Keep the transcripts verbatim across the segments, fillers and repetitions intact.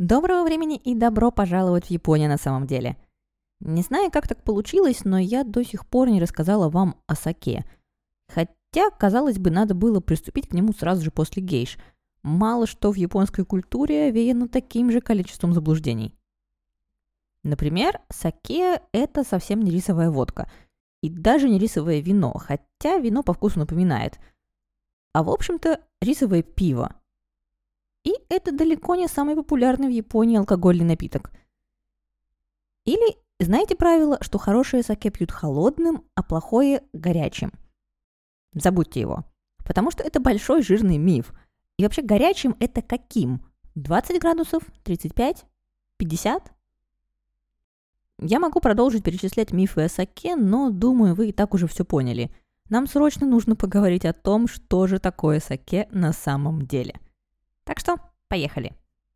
Доброго времени и добро пожаловать в Японию на самом деле. Не знаю, как так получилось, но я до сих пор не рассказала вам о саке. Хотя, казалось бы, надо было приступить к нему сразу же после гейш. Мало что в японской культуре овеяно таким же количеством заблуждений. Например, саке – это совсем не рисовая водка. И даже не рисовое вино, хотя вино по вкусу напоминает. А в общем-то, рисовое пиво. И это далеко не самый популярный в Японии алкогольный напиток. Или знаете правило, что хорошее саке пьют холодным, а плохое – горячим? Забудьте его. Потому что это большой жирный миф. И вообще горячим – это каким? двадцать градусов? тридцать пять? пятьдесят? Я могу продолжить перечислять мифы о саке, но, думаю, вы и так уже все поняли. Нам срочно нужно поговорить о том, что же такое саке на самом деле. Так что, поехали.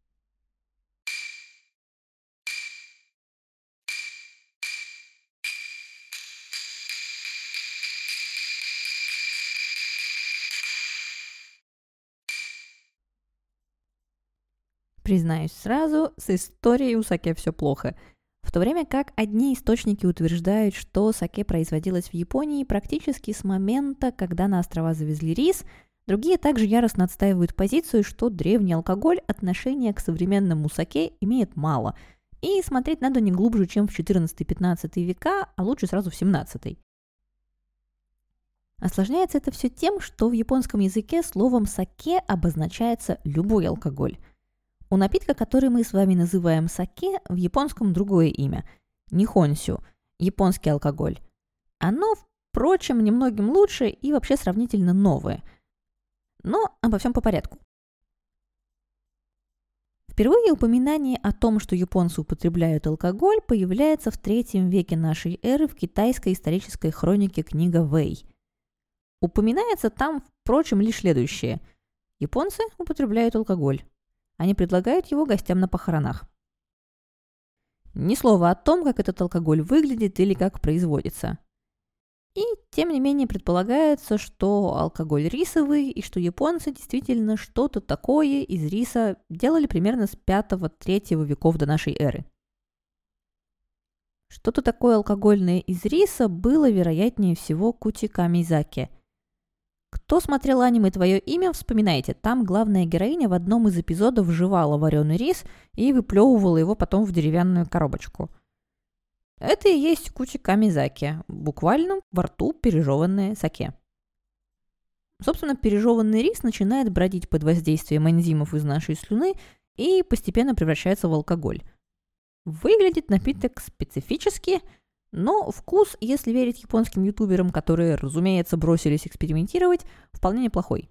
Признаюсь сразу, с историей у саке все плохо. В то время как одни источники утверждают, что саке производилось в Японии практически с момента, когда на острова завезли рис, другие также яростно отстаивают позицию, что древний алкоголь отношения к современному саке имеет мало, и смотреть надо не глубже, чем в четырнадцатый-пятнадцатый века, а лучше сразу в семнадцатый. Осложняется это все тем, что в японском языке словом саке обозначается любой алкоголь. У напитка, который мы с вами называем саке, в японском другое имя – нихонсю, японский алкоголь. Оно, впрочем, немногим лучше и вообще сравнительно новое. Но обо всем по порядку. Впервые упоминание о том, что японцы употребляют алкоголь, появляется в третьем веке нашей эры в китайской исторической хронике книга Вэй. Упоминается там, впрочем, лишь следующее. Японцы употребляют алкоголь. Они предлагают его гостям на похоронах. Ни слова о том, как этот алкоголь выглядит или как производится. И, тем не менее, предполагается, что алкоголь рисовый и что японцы действительно что-то такое из риса делали примерно с пятого-третьего веков до нашей эры. Что-то такое алкогольное из риса было, вероятнее всего, кути камизаке. Кто смотрел аниме «Твое имя», вспоминайте, там главная героиня в одном из эпизодов жевала вареный рис и выплевывала его потом в деревянную коробочку. Это и есть куча камизаке, буквально во рту пережеванное саке. Собственно, пережеванный рис начинает бродить под воздействием энзимов из нашей слюны и постепенно превращается в алкоголь. Выглядит напиток специфически, но вкус, если верить японским ютуберам, которые, разумеется, бросились экспериментировать, вполне неплохой.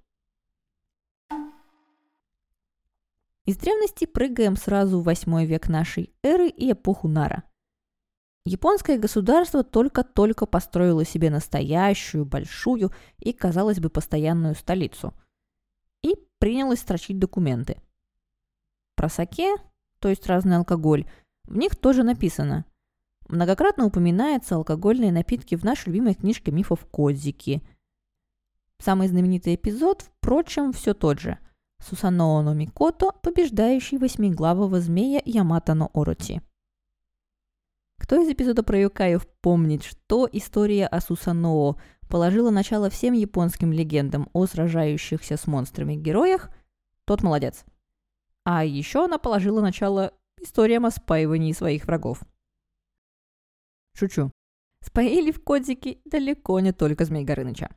Из древности прыгаем сразу в восьмой век нашей эры и эпоху Нара. Японское государство только-только построило себе настоящую, большую и, казалось бы, постоянную столицу. И принялось строчить документы. Про саке, то есть разный алкоголь, в них тоже написано. Многократно упоминаются алкогольные напитки в нашей любимой книжке мифов Кодзики. Самый знаменитый эпизод, впрочем, все тот же. Сусаноо но Микото, побеждающий восьмиглавого змея Ямато но Ороти. Кто из эпизода про юкаев помнит, что история о Сусаноо положила начало всем японским легендам о сражающихся с монстрами героях, тот молодец. А еще она положила начало историям о спаивании своих врагов. Шучу. Споили в Кодзике далеко не только Змей Горыныча.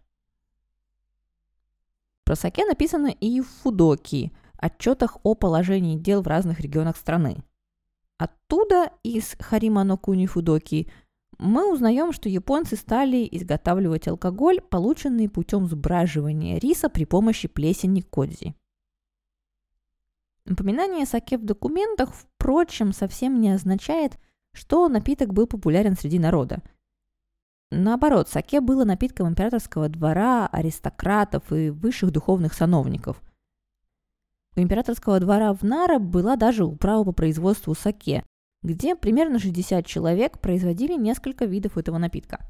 Про саке написано и в Фудоки, отчетах о положении дел в разных регионах страны. Оттуда, из Харима но Куни Фудоки, мы узнаем, что японцы стали изготавливать алкоголь, полученный путем сбраживания риса при помощи плесени кодзи. Упоминание саке в документах, впрочем, совсем не означает, что напиток был популярен среди народа. Наоборот, саке было напитком императорского двора, аристократов и высших духовных сановников. У императорского двора в Нара была даже управа по производству саке, где примерно шестьдесят человек производили несколько видов этого напитка.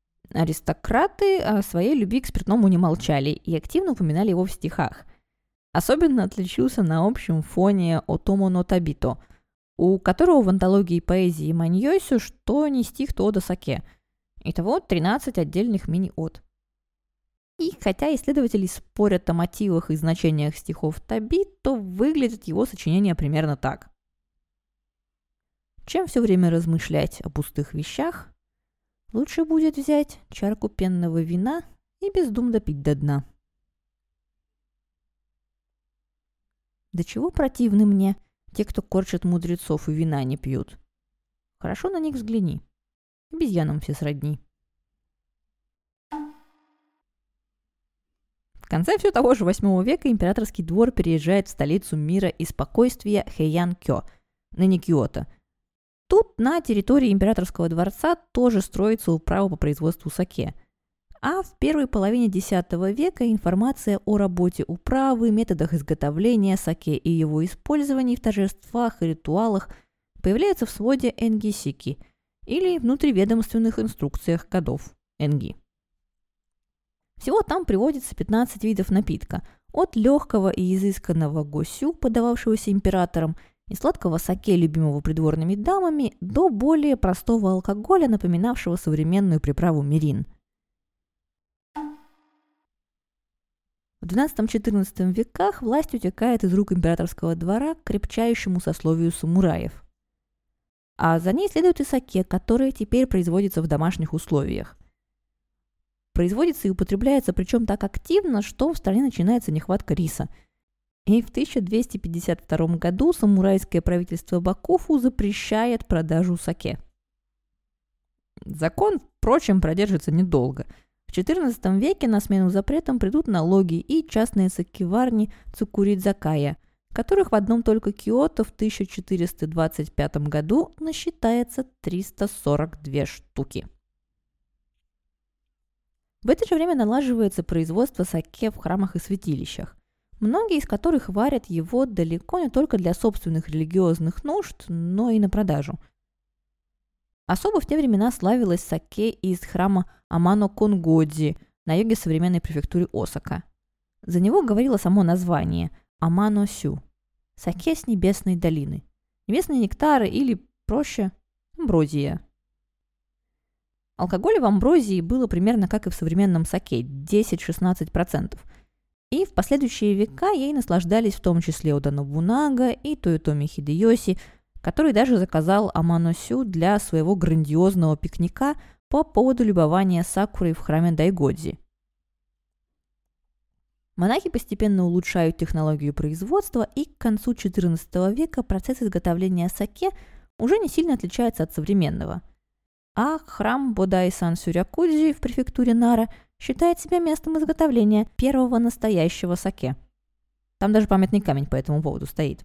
Аристократы о своей любви к спиртному не молчали и активно упоминали его в стихах. особенно отличился на общем фоне Отомо но Табито, у которого в антологии поэзии Маньёсю что не стих, то ода саке. Итого тринадцать отдельных мини-од. И хотя исследователи спорят о мотивах и значениях стихов Табито, выглядит его сочинение примерно так. Чем все время размышлять о пустых вещах, лучше будет взять чарку пенного вина и бездумно пить до дна. До чего противны мне те, кто корчат мудрецов и вина не пьют. Хорошо на них взгляни. Обезьянам все сродни. В конце все того же восьмого века императорский двор переезжает в столицу мира и спокойствия Хэйян-кё, ныне Киото. Тут на территории императорского дворца тоже строится управа по производству саке. А в первой половине десятого века информация о работе управы, методах изготовления саке и его использовании в торжествах и ритуалах появляется в своде Энги-сики или внутриведомственных инструкциях кодов Энги. Всего там приводится пятнадцать видов напитка, от легкого и изысканного госю, подававшегося императором, и сладкого саке, любимого придворными дамами, до более простого алкоголя, напоминавшего современную приправу мирин. В двенадцатом-четырнадцатом веках власть утекает из рук императорского двора к крепчающему сословию самураев. А за ней следует и саке, которое теперь производится в домашних условиях. Производится и употребляется причем так активно, что в стране начинается нехватка риса. И в тысяча двести пятьдесят втором году самурайское правительство Бакуфу запрещает продажу саке. Закон, впрочем, продержится недолго. В четырнадцатом веке на смену запретам придут налоги и частные сакеварни Цукуридзакая, которых в одном только Киото в тысяча четыреста двадцать пятом году насчитается триста сорок две штуки. В это же время налаживается производство саке в храмах и святилищах, многие из которых варят его далеко не только для собственных религиозных нужд, но и на продажу. Особо в те времена славилось саке из храма Амано-Конгодзи на юге современной префектуры Осака. За него говорило само название Амано-сю – саке с небесной долины, небесные нектары или, проще, амброзия. Алкоголя в амброзии было примерно как и в современном саке – десять-шестнадцать процентов. И в последующие века ей наслаждались в том числе Ода Нобунага и Тоётоми Хидэёси, который даже заказал Амано-сю для своего грандиозного пикника по поводу любования сакурой в храме Дайгодзи. Монахи постепенно улучшают технологию производства, и к концу четырнадцатого века процесс изготовления саке уже не сильно отличается от современного. А храм Бодай-сан-сюрякудзи в префектуре Нара считает себя местом изготовления первого настоящего саке. Там даже памятный камень по этому поводу стоит.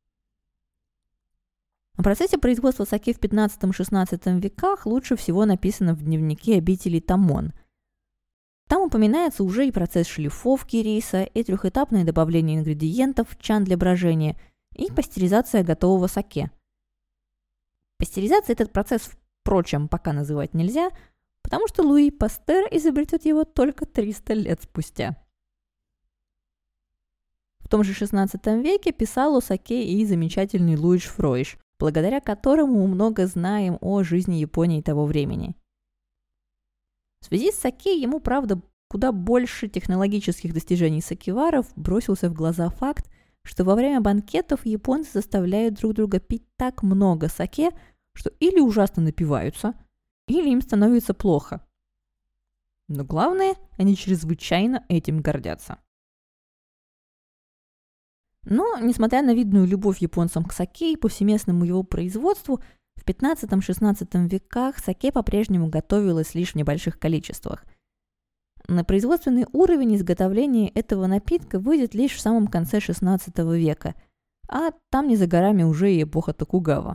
О процессе производства саке в пятнадцатом-шестнадцатом веках лучше всего написано в дневнике обители Тамон. Там упоминается уже и процесс шлифовки риса, и трехэтапное добавление ингредиентов в чан для брожения, и пастеризация готового саке. Пастеризация этот процесс, впрочем, пока называть нельзя, потому что Луи Пастер изобретет его только триста лет спустя. В том же шестнадцатом веке писал о саке и замечательный Луиш Фройш, благодаря которому мы много знаем о жизни Японии того времени. В связи с саке ему, правда, куда больше технологических достижений сакеваров бросился в глаза факт, что во время банкетов японцы заставляют друг друга пить так много саке, что или ужасно напиваются, или им становится плохо. Но главное, они чрезвычайно этим гордятся. Но, несмотря на видную любовь японцам к саке и повсеместному его производству, в пятнадцатом-шестнадцатом веках саке по-прежнему готовилось лишь в небольших количествах. На производственный уровень изготовления этого напитка выйдет лишь в самом конце шестнадцатого века, а там не за горами уже и эпоха Токугава.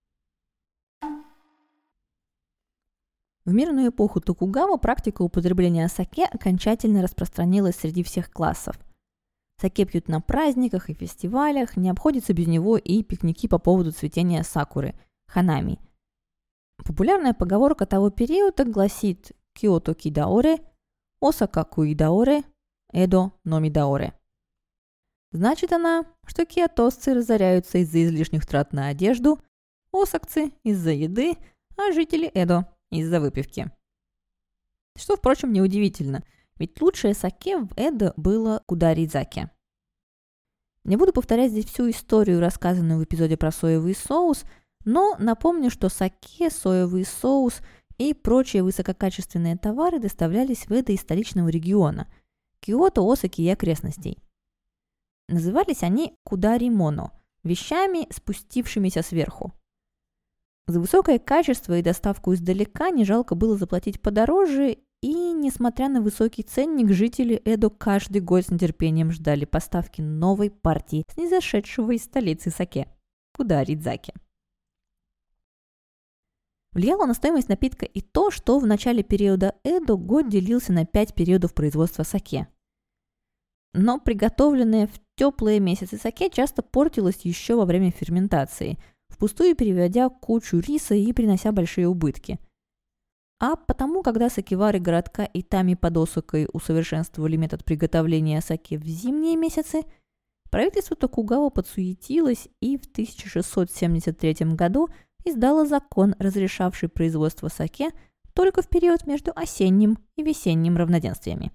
В мирную эпоху Токугава практика употребления саке окончательно распространилась среди всех классов. Саке пьют на праздниках и фестивалях, не обходится без него и пикники по поводу цветения сакуры – ханами. Популярная поговорка того периода гласит «Киото кидаоре», «Осака куидаоре», «Эдо номидаоре». Значит она, что киотосцы разоряются из-за излишних трат на одежду, осакцы из-за еды, а жители Эдо из-за выпивки. Что, впрочем, неудивительно, ведь лучшее саке в Эдо было кударидзаке. Не буду повторять здесь всю историю, рассказанную в эпизоде про соевый соус, но напомню, что саке, соевый соус и прочие высококачественные товары доставлялись в Эдо из столичного региона – Киото, Осаки и окрестностей. Назывались они кударимоно – вещами, спустившимися сверху. За высокое качество и доставку издалека не жалко было заплатить подороже, и, несмотря на высокий ценник, жители Эдо каждый год с нетерпением ждали поставки новой партии снизошедшего из столицы саке – кударидзаке. Влияло на стоимость напитка и то, что в начале периода Эдо год делился на пять периодов производства саке. Но приготовленное в теплые месяцы саке часто портилось еще во время ферментации, впустую переводя кучу риса и принося большие убытки. А потому, когда сакевары городка Итами под Осакой усовершенствовали метод приготовления саке в зимние месяцы, правительство Токугава подсуетилось и в тысяча шестьсот семьдесят третьем году издало закон, разрешавший производство саке только в период между осенним и весенним равноденствиями.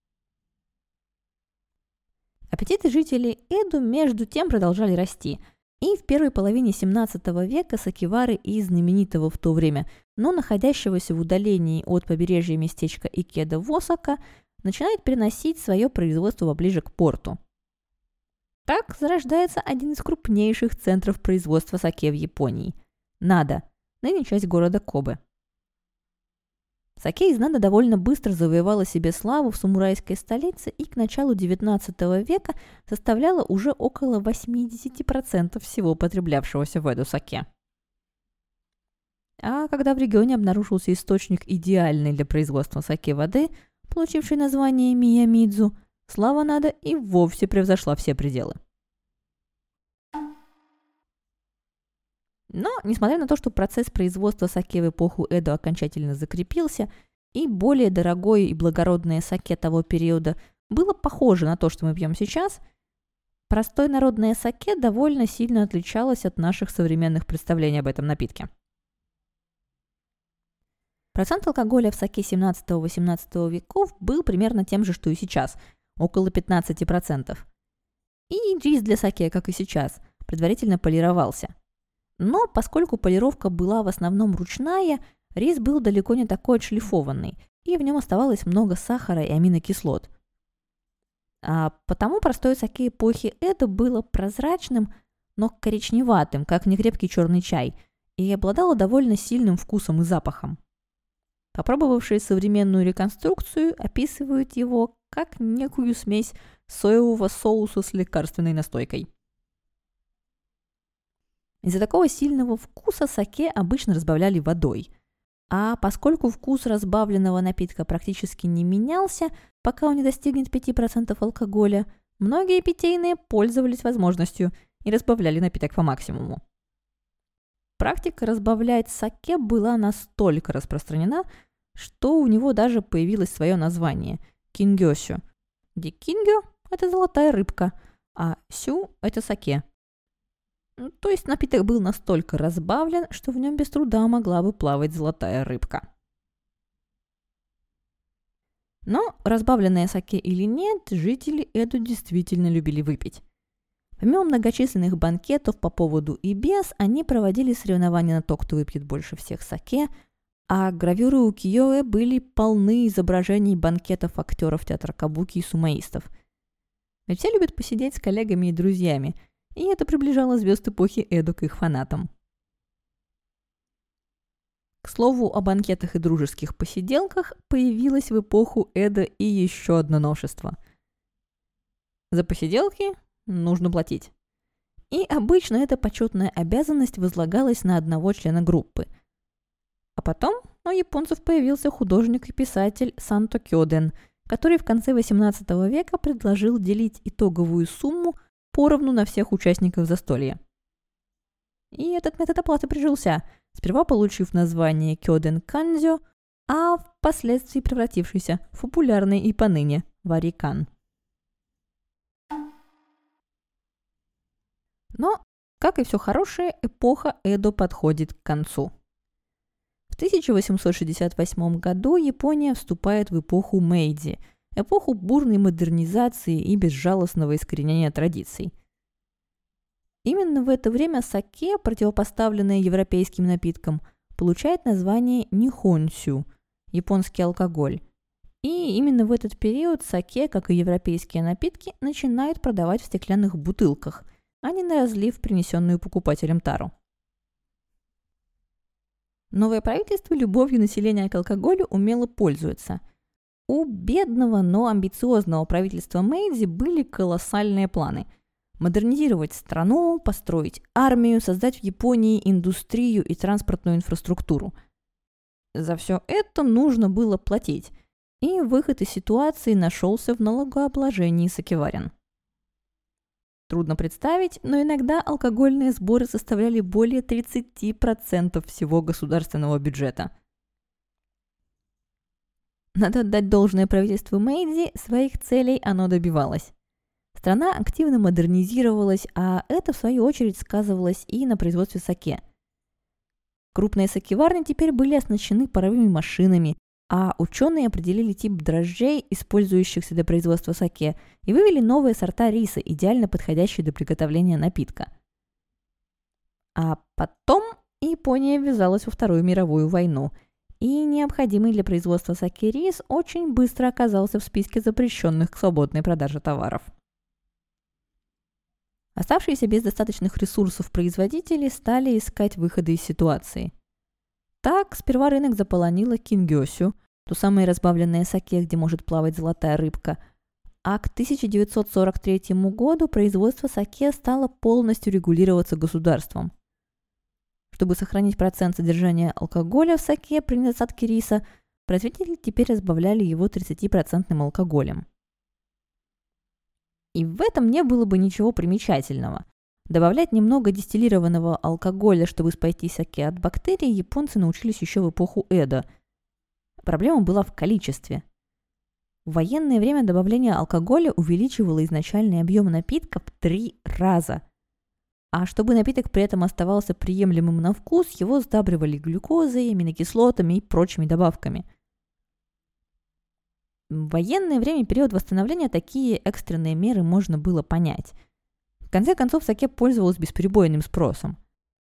Аппетиты жителей Эдо между тем продолжали расти, и в первой половине семнадцатого века сакевары из знаменитого в то время, но находящегося в удалении от побережья местечка Икеда в Осака, начинают переносить свое производство поближе к порту. Так зарождается один из крупнейших центров производства саке в Японии – Нада, ныне часть города Кобе. Саке из Нада довольно быстро завоевала себе славу в самурайской столице и к началу девятнадцатого века составляла уже около восемьдесят процентов всего потреблявшегося в Эдо саке. А когда в регионе обнаружился источник идеальной для производства саке воды, получивший название Миямидзу, слава Нада и вовсе превзошла все пределы. Но, несмотря на то, что процесс производства саке в эпоху Эдо окончательно закрепился, и более дорогое и благородное саке того периода было похоже на то, что мы пьем сейчас, простое народное саке довольно сильно отличалось от наших современных представлений об этом напитке. Процент алкоголя в саке семнадцатого-восемнадцатого веков был примерно тем же, что и сейчас, около пятнадцать процентов. И рис для саке, как и сейчас, предварительно полировался. Но поскольку полировка была в основном ручная, рис был далеко не такой отшлифованный, и в нем оставалось много сахара и аминокислот. А потому простое саке эпохи Эдо было прозрачным, но коричневатым, как некрепкий черный чай, и обладало довольно сильным вкусом и запахом. Попробовавшие современную реконструкцию описывают его как некую смесь соевого соуса с лекарственной настойкой. Из-за такого сильного вкуса саке обычно разбавляли водой. А поскольку вкус разбавленного напитка практически не менялся, пока он не достигнет пяти процентов алкоголя, многие питейные пользовались возможностью и разбавляли напиток по максимуму. Практика разбавлять саке была настолько распространена, что у него даже появилось свое название – кингёсю, где кингё – это золотая рыбка, а сю – это саке. То есть напиток был настолько разбавлен, что в нем без труда могла бы плавать золотая рыбка. Но разбавленное саке или нет, жители Эдо действительно любили выпить. Помимо многочисленных банкетов по поводу и без, они проводили соревнования на то, кто выпьет больше всех саке, а гравюры укиё-э были полны изображений банкетов актеров театра кабуки и сумоистов. Ведь все любят посидеть с коллегами и друзьями, и это приближало звезд эпохи Эдо к их фанатам. К слову, о банкетах и дружеских посиделках появилось в эпоху Эдо и еще одно новшество. За посиделки нужно платить. И обычно эта почетная обязанность возлагалась на одного члена группы. А потом у японцев появился художник и писатель Санто Кёден, который в конце восемнадцатого века предложил делить итоговую сумму поровну на всех участников застолья. И этот метод оплаты прижился, сперва получив название Кёден Канзё, а впоследствии превратившийся в популярный и поныне варикан. Но, как и все хорошее, эпоха Эдо подходит к концу. В тысяча восемьсот шестьдесят восьмом году Япония вступает в эпоху Мэйдзи, эпоху бурной модернизации и безжалостного искоренения традиций. Именно в это время саке, противопоставленное европейским напиткам, получает название нихонсю – японский алкоголь. И именно в этот период саке, как и европейские напитки, начинают продавать в стеклянных бутылках, а не на разлив принесенную покупателям тару. Новое правительство любовью населения к алкоголю умело пользуется. У бедного, но амбициозного правительства Мэйдзи были колоссальные планы – модернизировать страну, построить армию, создать в Японии индустрию и транспортную инфраструктуру. За все это нужно было платить, и выход из ситуации нашелся в налогообложении сакеварен. Трудно представить, но иногда алкогольные сборы составляли более тридцать процентов всего государственного бюджета. Надо отдать должное правительству Мэйдзи, своих целей оно добивалось. Страна активно модернизировалась, а это, в свою очередь, сказывалось и на производстве саке. Крупные сакеварни теперь были оснащены паровыми машинами, а ученые определили тип дрожжей, использующихся для производства саке, и вывели новые сорта риса, идеально подходящие для приготовления напитка. А потом Япония ввязалась во Вторую мировую войну, и необходимый для производства саке рис очень быстро оказался в списке запрещенных к свободной продаже товаров. Оставшиеся без достаточных ресурсов производители стали искать выходы из ситуации. Так, сперва рынок заполонила кингёсю, то самое разбавленное саке, где может плавать золотая рыбка, а к тысяча девятьсот сорок третьему году производство саке стало полностью регулироваться государством. Чтобы сохранить процент содержания алкоголя в саке при недостатке риса, производители теперь разбавляли его тридцатипроцентным алкоголем. И в этом не было бы ничего примечательного. Добавлять немного дистиллированного алкоголя, чтобы спасти саке от бактерий, японцы научились еще в эпоху Эдо. Проблема была в количестве. В военное время добавление алкоголя увеличивало изначальный объем напитка в три раза. А чтобы напиток при этом оставался приемлемым на вкус, его сдабривали глюкозой, аминокислотами и прочими добавками. В военное время, период восстановления, такие экстренные меры можно было понять. В конце концов, саке пользовалось бесперебойным спросом.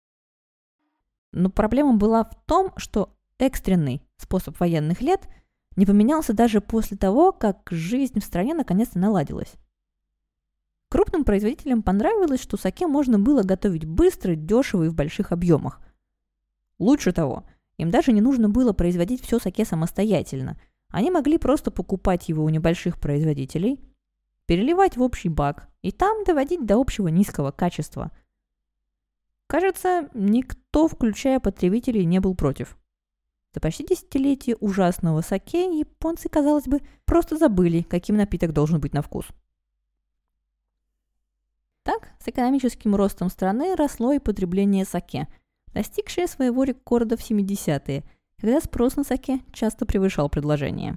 Но проблема была в том, что экстренный способ военных лет не поменялся даже после того, как жизнь в стране наконец-то наладилась. Крупным производителям понравилось, что саке можно было готовить быстро, дешево и в больших объемах. Лучше того, им даже не нужно было производить все саке самостоятельно. Они могли просто покупать его у небольших производителей, переливать в общий бак и там доводить до общего низкого качества. Кажется, никто, включая потребителей, не был против. За почти десятилетие ужасного саке японцы, казалось бы, просто забыли, каким напиток должен быть на вкус. Так, с экономическим ростом страны росло и потребление саке, достигшее своего рекорда в семидесятые, когда спрос на саке часто превышал предложение.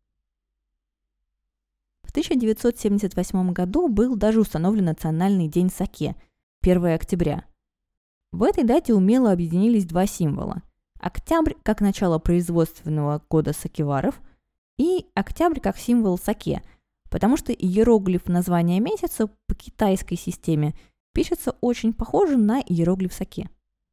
В тысяча девятьсот семьдесят восьмом году был даже установлен Национальный день саке – первое октября. В этой дате умело объединились два символа – октябрь как начало производственного года сакеваров и октябрь как символ саке, потому что иероглиф названия месяца по китайской системе пишется очень похоже на иероглиф саке.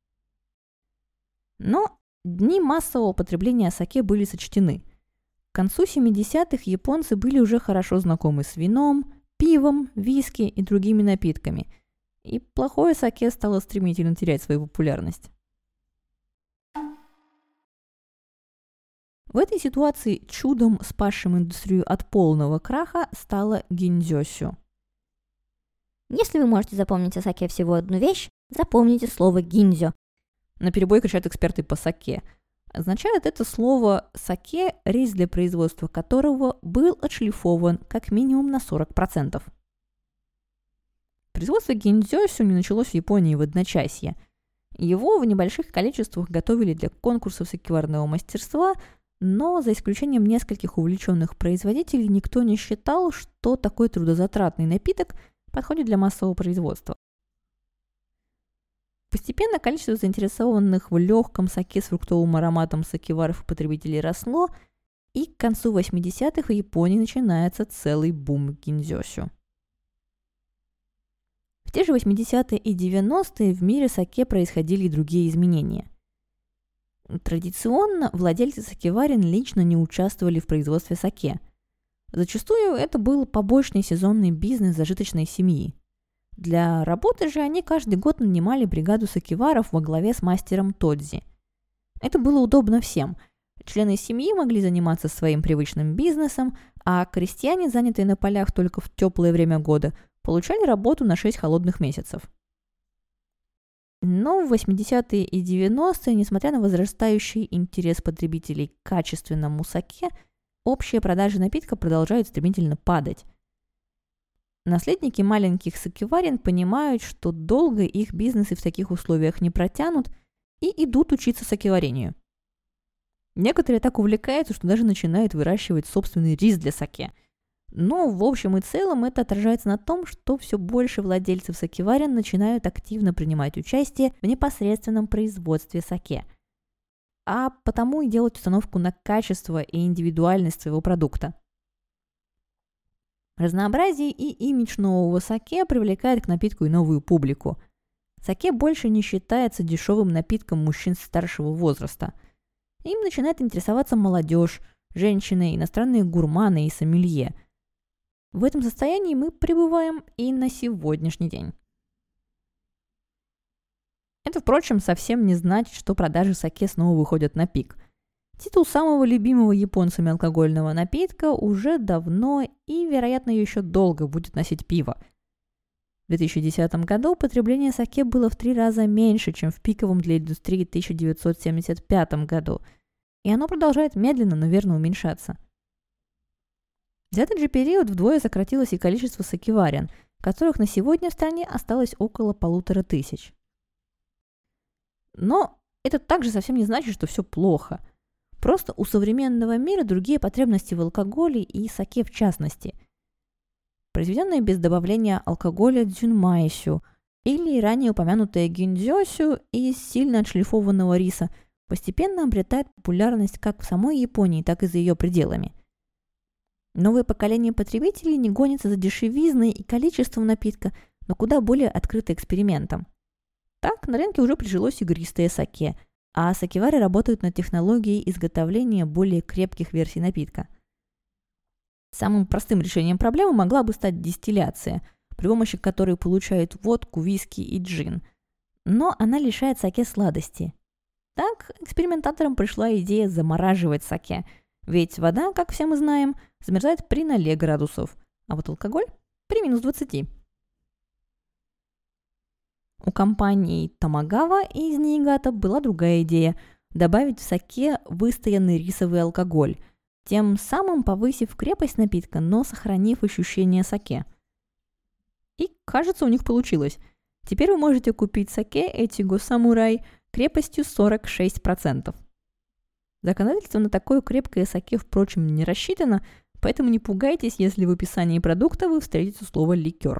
Но дни массового потребления саке были сочтены. К концу семидесятых японцы были уже хорошо знакомы с вином, пивом, виски и другими напитками, и плохое саке стало стремительно терять свою популярность. В этой ситуации чудом, спасшим индустрию от полного краха, стало гиндзёсю. Если вы можете запомнить о саке всего одну вещь, запомните слово гиндзё. Наперебой кричат эксперты по саке. Означает это слово «саке», рис для производства которого был отшлифован как минимум на сорок процентов. Производство гиндзёсю не началось в Японии в одночасье. Его в небольших количествах готовили для конкурсов сакеварного мастерства, но за исключением нескольких увлеченных производителей никто не считал, что такой трудозатратный напиток подходит для массового производства. Постепенно количество заинтересованных в легком саке с фруктовым ароматом сакеваров и потребителей росло, и к концу восьмидесятых в Японии начинается целый бум гинзёсю. В те же восьмидесятые и девяностые в мире саке происходили и другие изменения. Традиционно владельцы сакеварен лично не участвовали в производстве саке. Зачастую это был побочный сезонный бизнес зажиточной семьи. Для работы же они каждый год нанимали бригаду сакеваров во главе с мастером Тодзи. Это было удобно всем. Члены семьи могли заниматься своим привычным бизнесом, а крестьяне, занятые на полях только в теплое время года, получали работу на шесть холодных месяцев. Но в восьмидесятые и девяностые, несмотря на возрастающий интерес потребителей к качественному саке, общие продажи напитка продолжают стремительно падать. Наследники маленьких сакеварен понимают, что долго их бизнесы в таких условиях не протянут, и идут учиться сакеварению. Некоторые так увлекаются, что даже начинают выращивать собственный рис для саке. Но в общем и целом это отражается на том, что все больше владельцев сакеварен начинают активно принимать участие в непосредственном производстве саке, а потому и делать установку на качество и индивидуальность своего продукта. Разнообразие и имидж нового саке привлекает к напитку и новую публику. Саке больше не считается дешевым напитком мужчин старшего возраста. Им начинает интересоваться молодежь, женщины, иностранные гурманы и сомелье. В этом состоянии мы пребываем и на сегодняшний день. Это, впрочем, совсем не значит, что продажи саке снова выходят на пик. Титул самого любимого японцами алкогольного напитка уже давно и, вероятно, еще долго будет носить пиво. В две тысячи десятом году потребление саке было в три раза меньше, чем в пиковом для индустрии тысяча девятьсот семьдесят пятом году, и оно продолжает медленно, но верно уменьшаться. За этот же период вдвое сократилось и количество сакеварен, которых на сегодня в стране осталось около полутора тысяч. Но это также совсем не значит, что все плохо. Просто у современного мира другие потребности в алкоголе и саке в частности. Произведенное без добавления алкоголя дзюнмайсю или ранее упомянутое гинзёсю из сильно отшлифованного риса постепенно обретает популярность как в самой Японии, так и за ее пределами. Новое поколение потребителей не гонится за дешевизной и количеством напитка, но куда более открыто экспериментом. Так, на рынке уже прижилось игристое саке, а сакевары работают над технологией изготовления более крепких версий напитка. Самым простым решением проблемы могла бы стать дистилляция, при помощи которой получают водку, виски и джин. Но она лишает саке сладости. Так, экспериментаторам пришла идея замораживать саке, ведь вода, как все мы знаем, замерзает при ноле градусов, а вот алкоголь при минус двадцати. У компании Тамагава из Ниигата была другая идея – добавить в саке выстоянный рисовый алкоголь, тем самым повысив крепость напитка, но сохранив ощущение саке. И, кажется, у них получилось. Теперь вы можете купить саке Этиго Самурай крепостью сорок шесть процентов. Законодательство на такое крепкое саке, впрочем, не рассчитано, поэтому не пугайтесь, если в описании продукта вы встретите слово «ликер».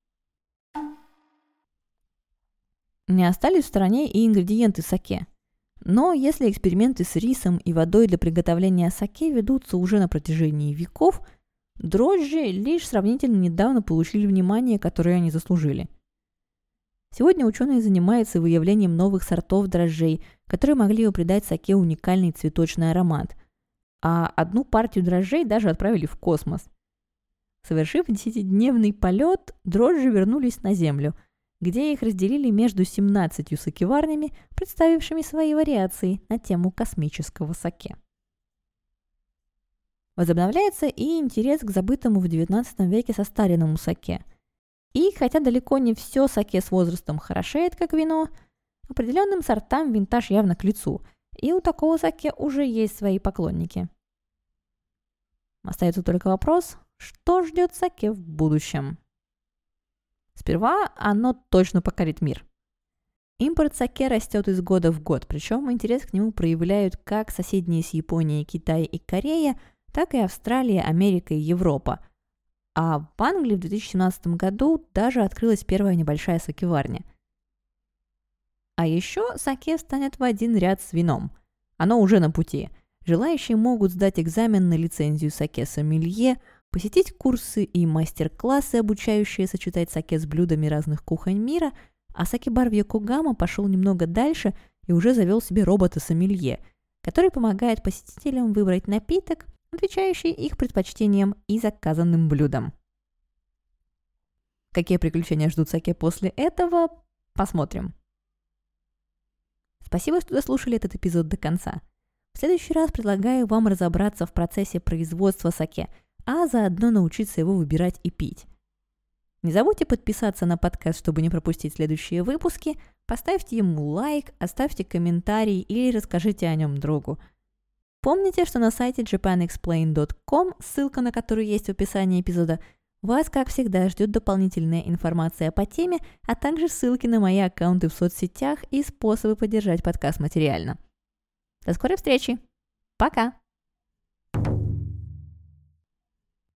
Не остались в стороне и ингредиенты саке. Но если эксперименты с рисом и водой для приготовления саке ведутся уже на протяжении веков, дрожжи лишь сравнительно недавно получили внимание, которое они заслужили. Сегодня ученые занимаются выявлением новых сортов дрожжей, которые могли бы придать саке уникальный цветочный аромат. А одну партию дрожжей даже отправили в космос. Совершив десятидневный полет, дрожжи вернулись на Землю, где их разделили между семнадцатью сакеварнями, представившими свои вариации на тему космического саке. Возобновляется и интерес к забытому в девятнадцатом веке состаренному саке. И хотя далеко не все саке с возрастом хорошеет, как вино, определенным сортам винтаж явно к лицу, и у такого саке уже есть свои поклонники. Остается только вопрос, что ждет саке в будущем. Сперва оно точно покорит мир. Импорт саке растет из года в год, причем интерес к нему проявляют как соседние с Японией Китай и Корея, так и Австралия, Америка и Европа. А в Англии в две тысячи семнадцатом году даже открылась первая небольшая сакеварня. А еще саке встанет в один ряд с вином. Оно уже на пути. Желающие могут сдать экзамен на лицензию саке-сомелье, посетить курсы и мастер-классы, обучающие сочетать саке с блюдами разных кухонь мира, а саке-бар в Йокогама пошел немного дальше и уже завел себе робота-сомелье, который помогает посетителям выбрать напиток, отвечающий их предпочтениям и заказанным блюдам. Какие приключения ждут саке после этого, посмотрим. Спасибо, что дослушали этот эпизод до конца. В следующий раз предлагаю вам разобраться в процессе производства саке, а заодно научиться его выбирать и пить. Не забудьте подписаться на подкаст, чтобы не пропустить следующие выпуски, поставьте ему лайк, оставьте комментарий или расскажите о нем другу. Помните, что на сайте джапан эксплейн точка ком, ссылка на который есть в описании эпизода, вас, как всегда, ждет дополнительная информация по теме, а также ссылки на мои аккаунты в соцсетях и способы поддержать подкаст материально. До скорой встречи! Пока!